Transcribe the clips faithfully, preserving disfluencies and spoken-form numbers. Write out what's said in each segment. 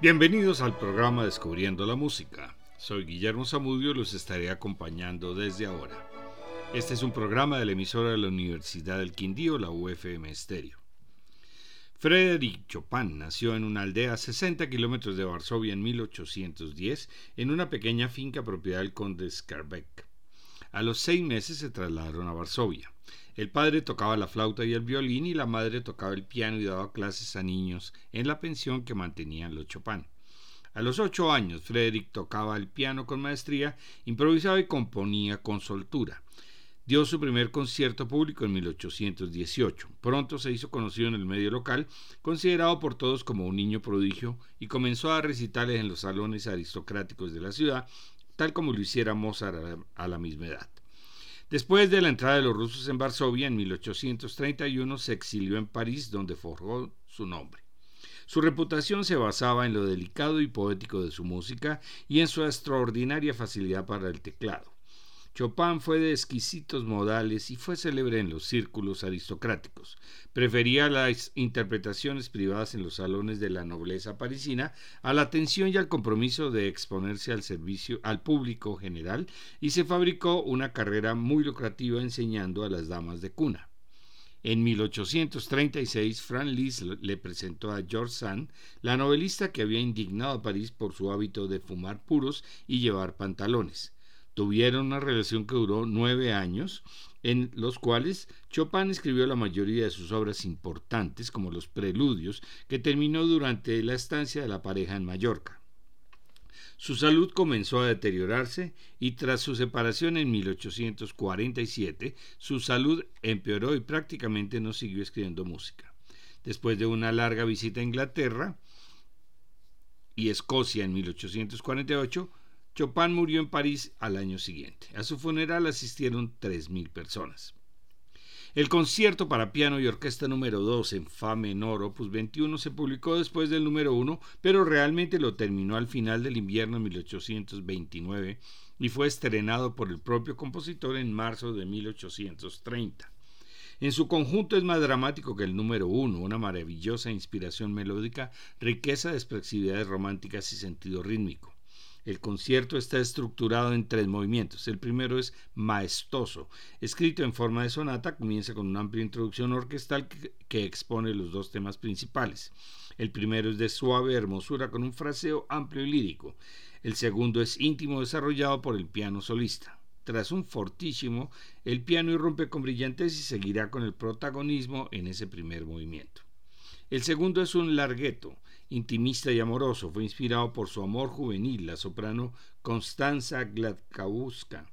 Bienvenidos al programa Descubriendo la Música. Soy Guillermo Zamudio y los estaré acompañando desde ahora. Este es un programa de la emisora de la Universidad del Quindío, la U F M Estéreo. Frédéric Chopin nació en una aldea a sesenta kilómetros de Varsovia en mil ochocientos diez, en una pequeña finca propiedad del conde Skarbek. A los seis meses se trasladaron a Varsovia. El padre tocaba la flauta y el violín y la madre tocaba el piano y daba clases a niños en la pensión que mantenían los Chopin. A los ocho años, Frédéric tocaba el piano con maestría, improvisaba y componía con soltura. Dio su primer concierto público en mil ochocientos dieciocho. Pronto se hizo conocido en el medio local, considerado por todos como un niño prodigio, y comenzó a dar recitales en los salones aristocráticos de la ciudad, tal como lo hiciera Mozart a la, a la misma edad. Después de la entrada de los rusos en Varsovia, en mil ochocientos treinta y uno se exilió en París, donde forjó su nombre. Su reputación se basaba en lo delicado y poético de su música y en su extraordinaria facilidad para el teclado. Chopin fue de exquisitos modales y fue célebre en los círculos aristocráticos. Prefería las interpretaciones privadas en los salones de la nobleza parisina a la atención y al compromiso de exponerse al servicio al público general, y se fabricó una carrera muy lucrativa enseñando a las damas de cuna. En mil ochocientos treinta y seis, Franz Liszt le presentó a George Sand, la novelista que había indignado a París por su hábito de fumar puros y llevar pantalones. Tuvieron una relación que duró nueve años, en los cuales Chopin escribió la mayoría de sus obras importantes, como los preludios, que terminó durante la estancia de la pareja en Mallorca. Su salud comenzó a deteriorarse y tras su separación en mil ochocientos cuarenta y siete, su salud empeoró y prácticamente no siguió escribiendo música. Después de una larga visita a Inglaterra y Escocia en mil ochocientos cuarenta y ocho, Chopin murió en París al año siguiente. A su funeral asistieron tres mil personas. El concierto para piano y orquesta número dos en Fa menor, opus veintiuno, se publicó después del número uno, pero realmente lo terminó al final del invierno de mil ochocientos veintinueve y fue estrenado por el propio compositor en marzo de mil ochocientos treinta. En su conjunto es más dramático que el número uno, una maravillosa inspiración melódica, riqueza de expresividades románticas y sentido rítmico. El concierto está estructurado en tres movimientos. El primero es maestoso, escrito en forma de sonata, comienza con una amplia introducción orquestal que, que expone los dos temas principales. El primero es de suave hermosura con un fraseo amplio y lírico. El segundo es íntimo, desarrollado por el piano solista. Tras un fortísimo, el piano irrumpe con brillantez y seguirá con el protagonismo en ese primer movimiento. El segundo es un larghetto, intimista y amoroso. Fue inspirado por su amor juvenil, la soprano Konstanza Gladkowska.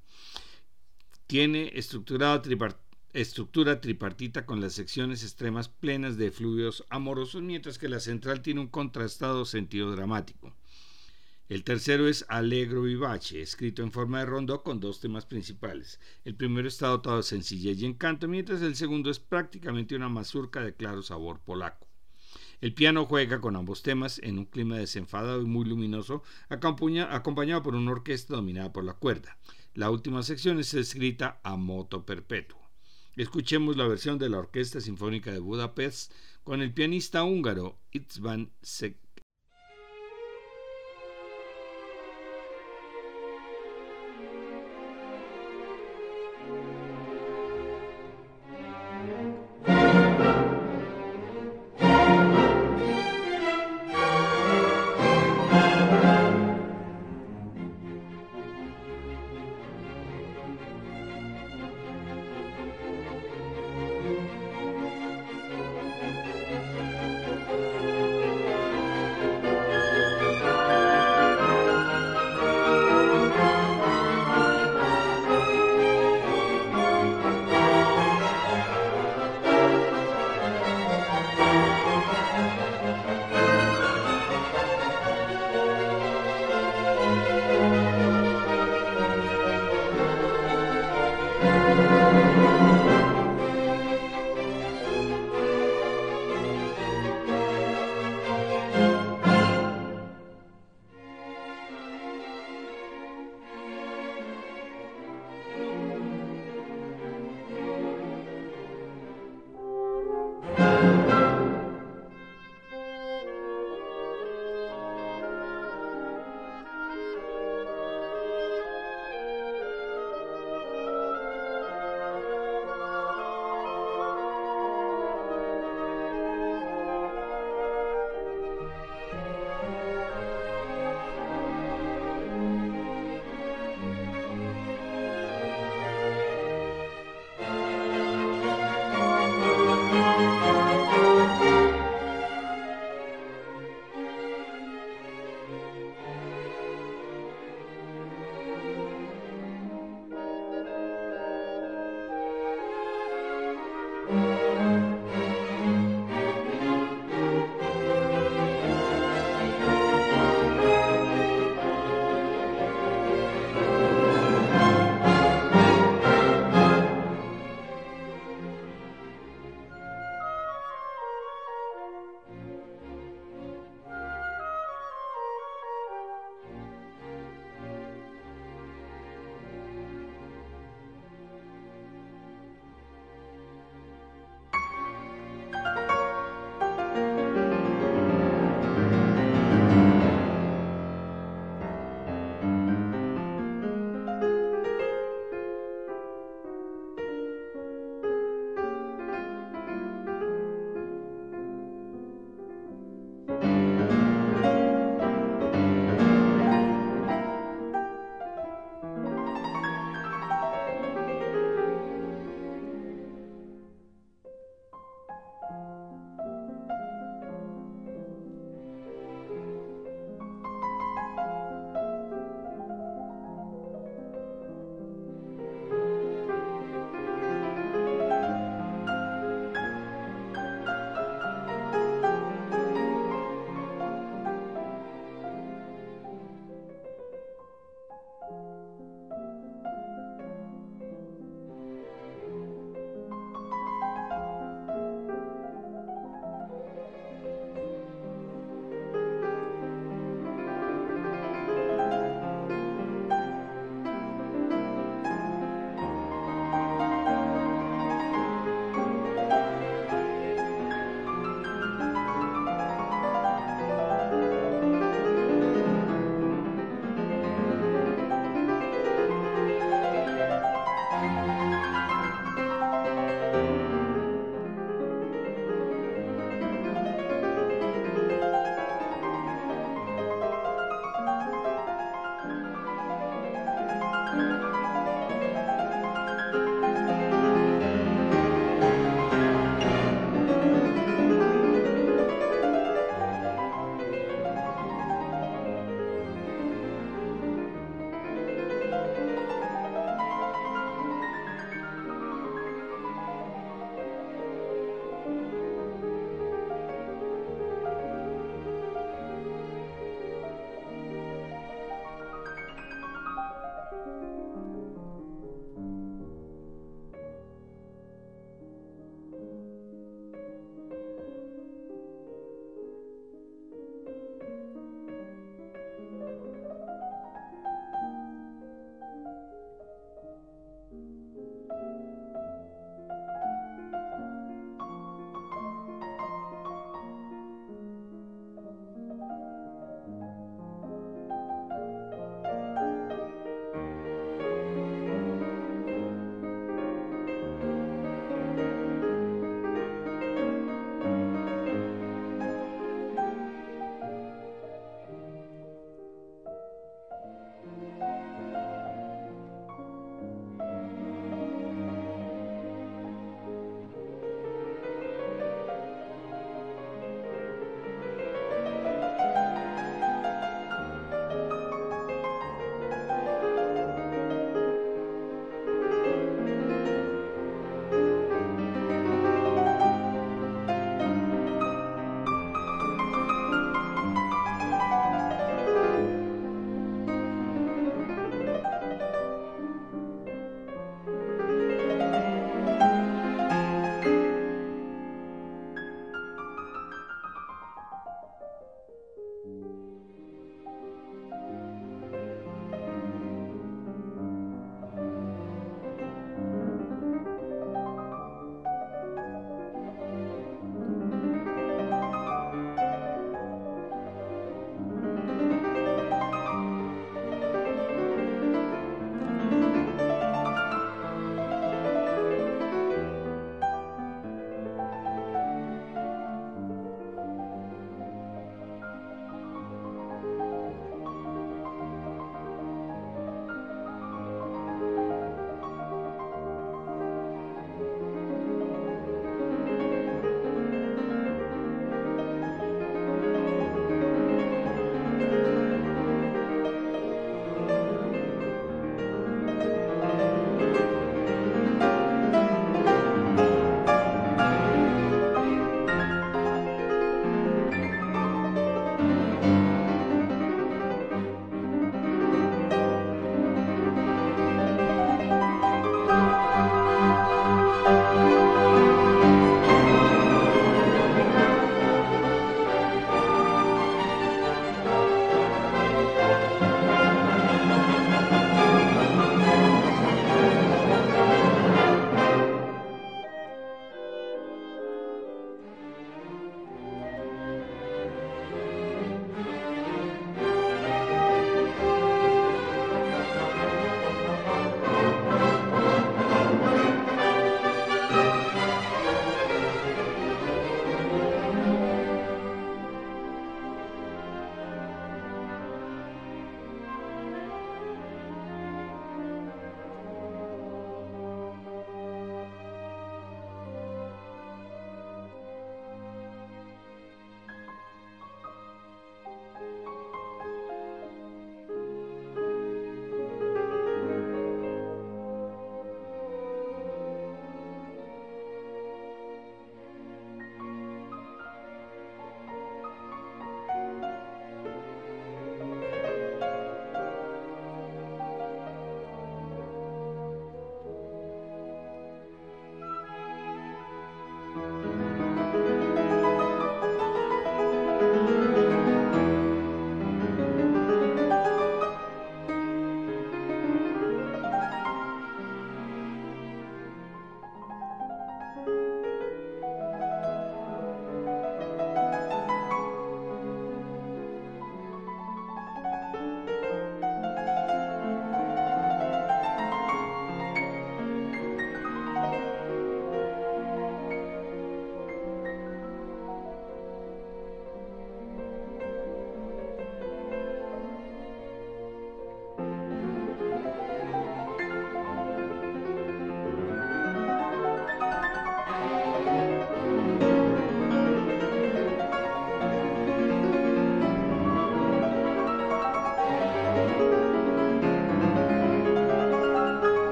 Tiene estructurada tripart- estructura tripartita con las secciones extremas plenas de fluidos amorosos, mientras que la central tiene un contrastado sentido dramático. El tercero es Allegro vivace, escrito en forma de rondó con dos temas principales. El primero está dotado de sencillez y encanto, mientras el segundo es prácticamente una mazurca de claro sabor polaco. El piano juega con ambos temas en un clima desenfadado y muy luminoso, acompañado por una orquesta dominada por la cuerda. La última sección es escrita a moto perpetuo. Escuchemos la versión de la Orquesta Sinfónica de Budapest con el pianista húngaro István Székely.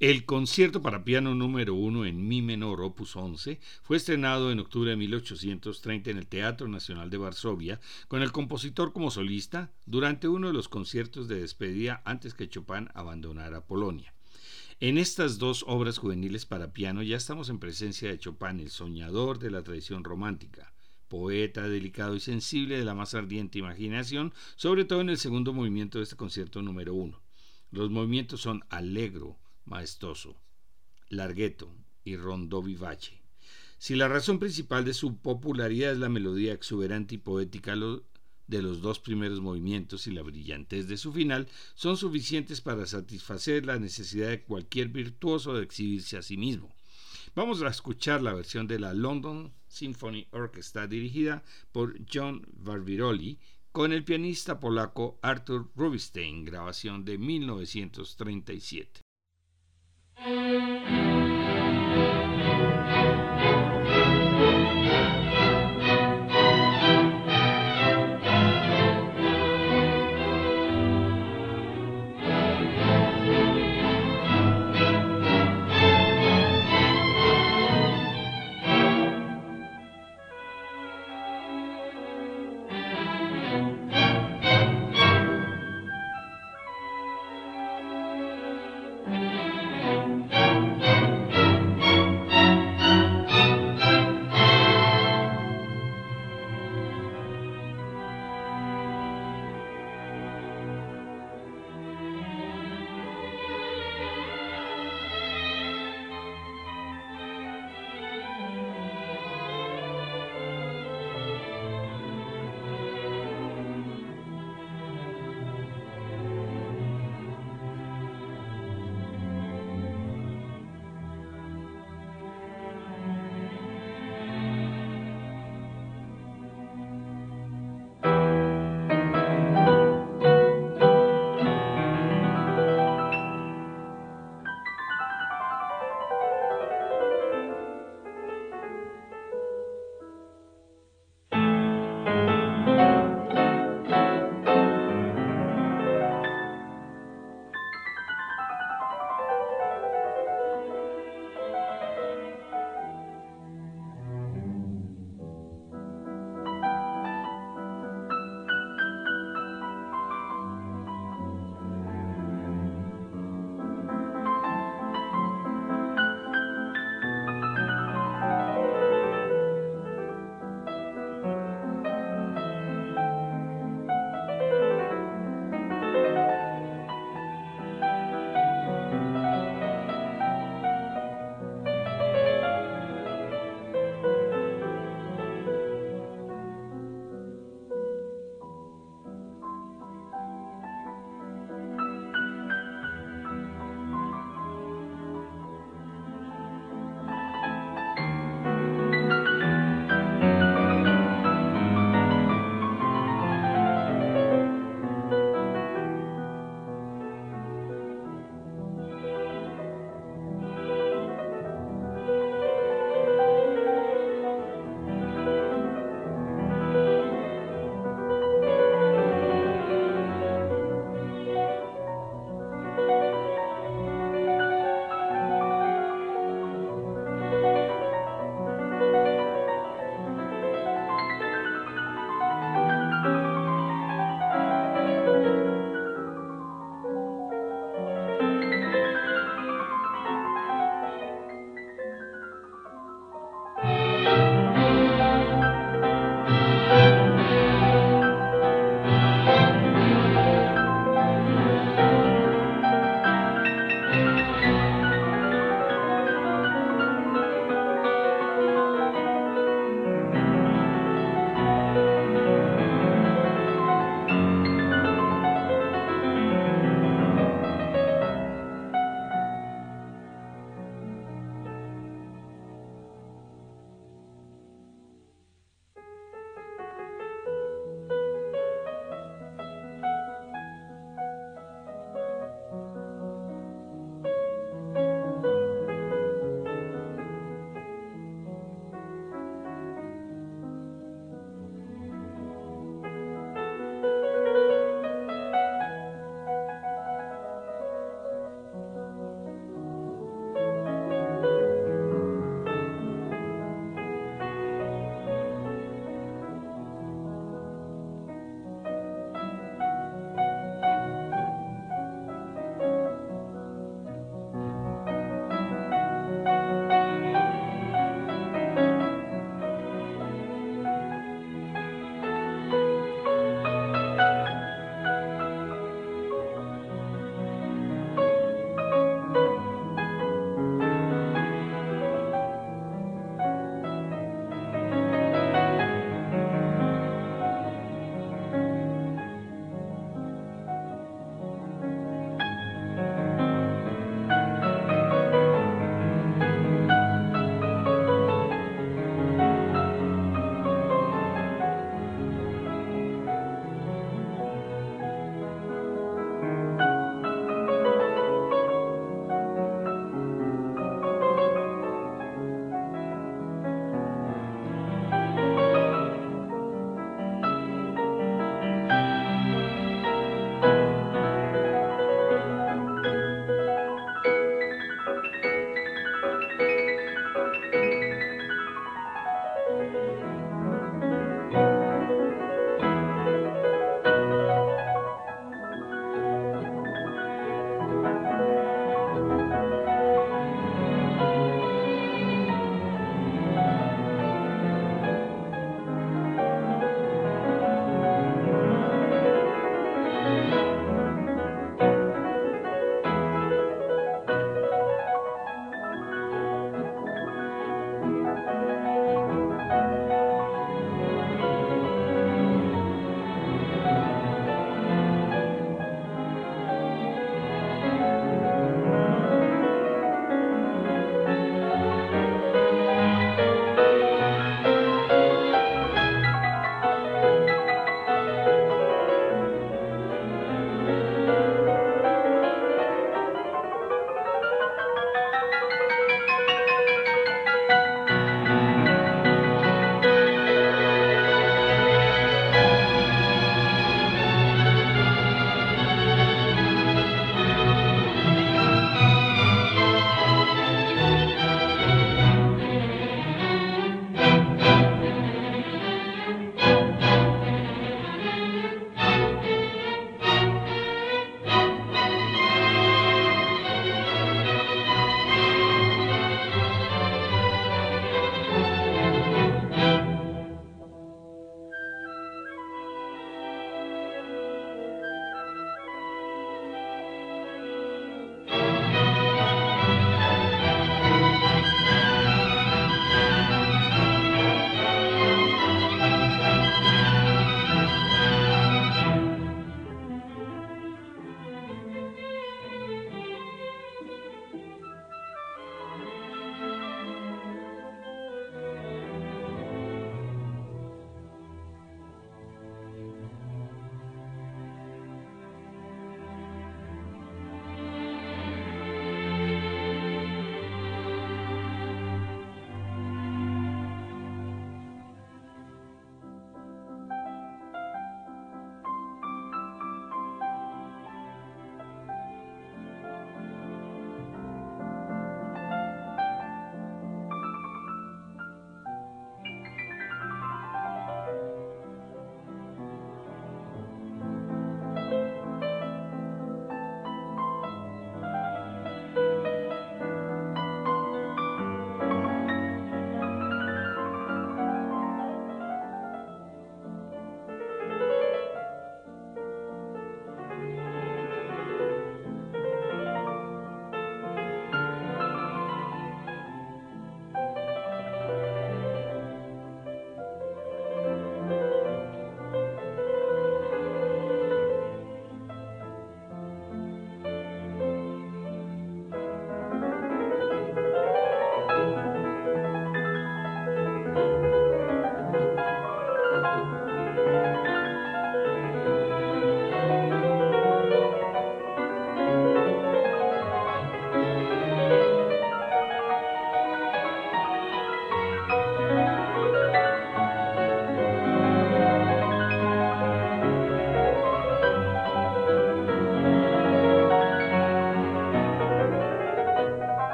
El concierto para piano número uno en mi menor, opus once, fue estrenado en octubre de mil ochocientos treinta en el Teatro Nacional de Varsovia, con el compositor como solista, durante uno de los conciertos de despedida antes que Chopin abandonara Polonia. En estas dos obras juveniles para piano ya estamos en presencia de Chopin, el soñador de la tradición romántica, poeta delicado y sensible de la más ardiente imaginación, sobre todo en el segundo movimiento de este concierto número uno. Los movimientos son allegro, maestoso, larghetto y rondó vivace. Si la razón principal de su popularidad es la melodía exuberante y poética de los dos primeros movimientos y la brillantez de su final, son suficientes para satisfacer la necesidad de cualquier virtuoso de exhibirse a sí mismo. Vamos a escuchar la versión de la London Symphony Orchestra dirigida por John Barbirolli con el pianista polaco Artur Rubinstein, grabación de mil novecientos treinta y siete.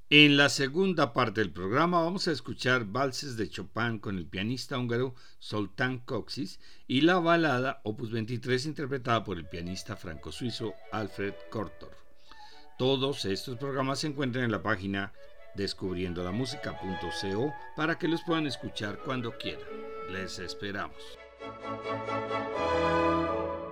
En la segunda parte del programa vamos a escuchar valses de Chopin con el pianista húngaro Zoltán Kocsis y la balada opus veintitrés interpretada por el pianista franco-suizo Alfred Cortot. Todos estos programas se encuentran en la página descubriendo la música punto co para que los puedan escuchar cuando quieran. Les esperamos.